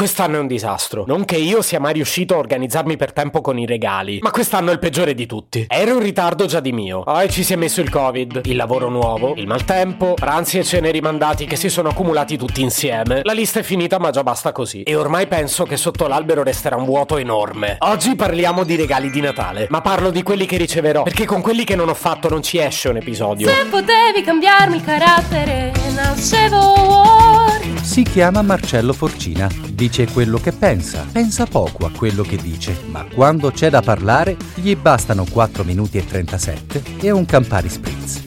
quest'anno è un disastro. Non che io sia mai riuscito a organizzarmi per tempo con i regali, ma quest'anno è il peggiore di tutti. Ero in ritardo già di mio. Poi ci si è messo il Covid, il lavoro nuovo, il maltempo, pranzi e cene rimandati che si sono accumulati tutti insieme. La lista è finita, ma già basta così. E ormai penso che sotto l'albero resterà un vuoto enorme. Oggi parliamo di regali di Natale, ma parlo di quelli che riceverò, perché con quelli che non ho fatto non ci esce un episodio. Se potevi cambiarmi il carattere, nascevo Ward. Si chiama Marcello Forcina, dice quello che pensa poco a quello che dice, ma quando c'è da parlare gli bastano 4 minuti e 37 e un Campari Spritz.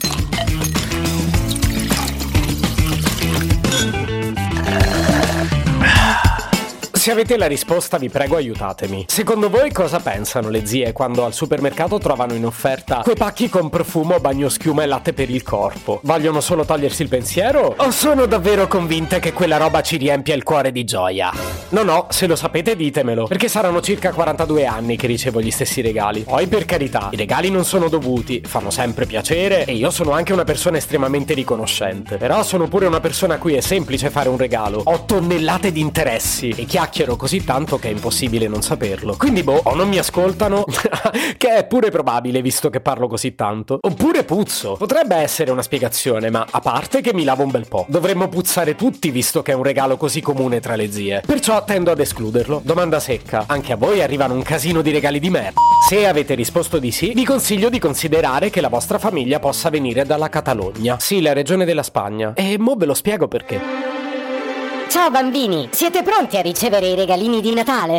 Se avete la risposta, vi prego, aiutatemi. Secondo voi cosa pensano le zie quando al supermercato trovano in offerta quei pacchi con profumo, bagnoschiuma e latte per il corpo? Vogliono solo togliersi il pensiero? O sono davvero convinte che quella roba ci riempia il cuore di gioia? No, se lo sapete ditemelo, perché saranno circa 42 anni che ricevo gli stessi regali. Poi, per carità, i regali non sono dovuti, fanno sempre piacere e io sono anche una persona estremamente riconoscente. Però sono pure una persona a cui è semplice fare un regalo. Ho tonnellate di interessi e chiacchiero così tanto che è impossibile non saperlo. Quindi o non mi ascoltano, che è pure probabile visto che parlo così tanto, oppure puzzo. Potrebbe essere una spiegazione, ma a parte che mi lavo un bel po', dovremmo puzzare tutti visto che è un regalo così comune tra le zie. Perciò tendo ad escluderlo. Domanda secca: anche a voi arrivano un casino di regali di merda? Se avete risposto di sì, vi consiglio di considerare che la vostra famiglia possa venire dalla Catalogna. Sì, la regione della Spagna. E mo ve lo spiego perché. Ciao bambini, siete pronti a ricevere i regalini di Natale?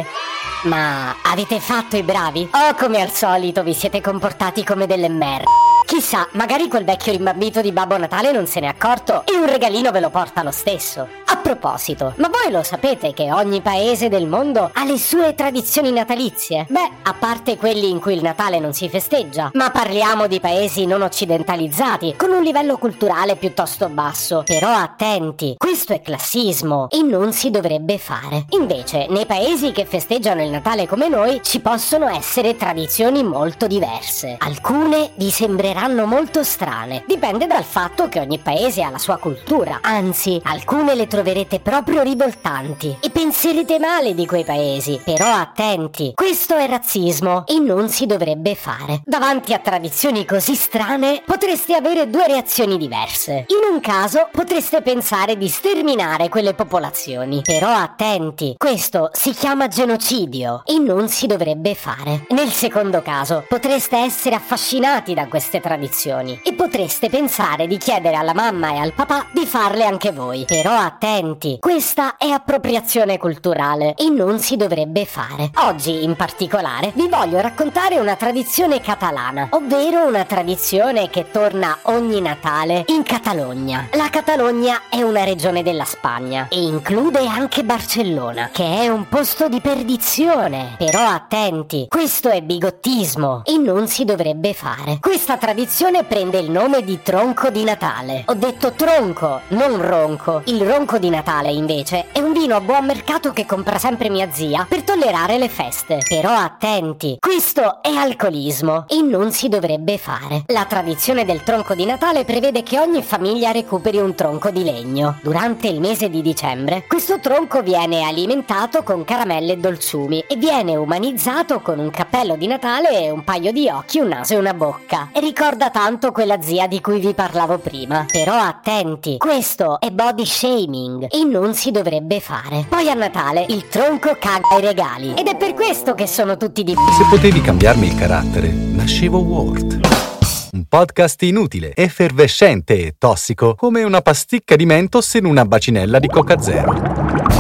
Ma avete fatto i bravi? O come al solito vi siete comportati come delle merda? Chissà, magari quel vecchio rimbambito di Babbo Natale non se n'è accorto e un regalino ve lo porta lo stesso. A proposito, ma voi lo sapete che ogni paese del mondo ha le sue tradizioni natalizie? Beh, a parte quelli in cui il Natale non si festeggia, ma parliamo di paesi non occidentalizzati, con un livello culturale piuttosto basso. Però attenti, questo è classismo e non si dovrebbe fare. Invece, nei paesi che festeggiano il Natale come noi, ci possono essere tradizioni molto diverse. Alcune vi sembreranno molto strane. Dipende dal fatto che ogni paese ha la sua cultura. Anzi, alcune le troverete proprio rivoltanti e penserete male di quei paesi. Però attenti, questo è razzismo e non si dovrebbe fare. Davanti a tradizioni così strane potreste avere due reazioni diverse. In un caso potreste pensare di sterminare quelle popolazioni. Però attenti, questo si chiama genocidio e non si dovrebbe fare. Nel secondo caso potreste essere affascinati da queste tradizioni e potreste pensare di chiedere alla mamma e al papà di farle anche voi. Però attenti, questa è appropriazione culturale e non si dovrebbe fare. Oggi in particolare vi voglio raccontare una tradizione catalana, ovvero una tradizione che torna ogni Natale in Catalogna. La Catalogna è una regione della Spagna e include anche Barcellona, che è un posto di perdizione. Però attenti, questo è bigottismo e non si dovrebbe fare. Questa tradizione prende il nome di tronco di Natale. Ho detto tronco, non ronco. Il ronco di Natale, invece, è un vino a buon mercato che compra sempre mia zia per tollerare le feste. Però attenti, questo è alcolismo e non si dovrebbe fare. La tradizione del tronco di Natale prevede che ogni famiglia recuperi un tronco di legno. Durante il mese di dicembre, questo tronco viene alimentato con caramelle e dolciumi e viene umanizzato con un cappello di Natale e un paio di occhi, un naso e una bocca. E ricorda tanto quella zia di cui vi parlavo prima. Però attenti, questo è body shaming e non si dovrebbe fare. Poi a Natale il tronco caga i regali ed è per questo che sono tutti di... Se potevi cambiarmi il carattere, nascevo Ward. Un podcast inutile, effervescente e tossico, come una pasticca di Mentos in una bacinella di Coca Zero.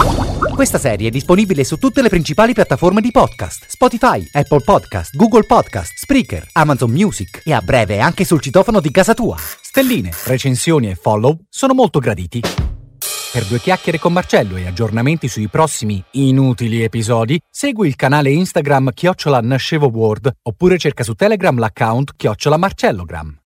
Questa serie è disponibile su tutte le principali piattaforme di podcast: Spotify, Apple Podcast, Google Podcast, Spreaker, Amazon Music e a breve anche sul citofono di casa tua. Stelline, recensioni e follow sono molto graditi. Per 2 chiacchiere con Marcello e aggiornamenti sui prossimi inutili episodi, segui il canale Instagram @NascevoWord oppure cerca su Telegram l'account @MarcelloGram.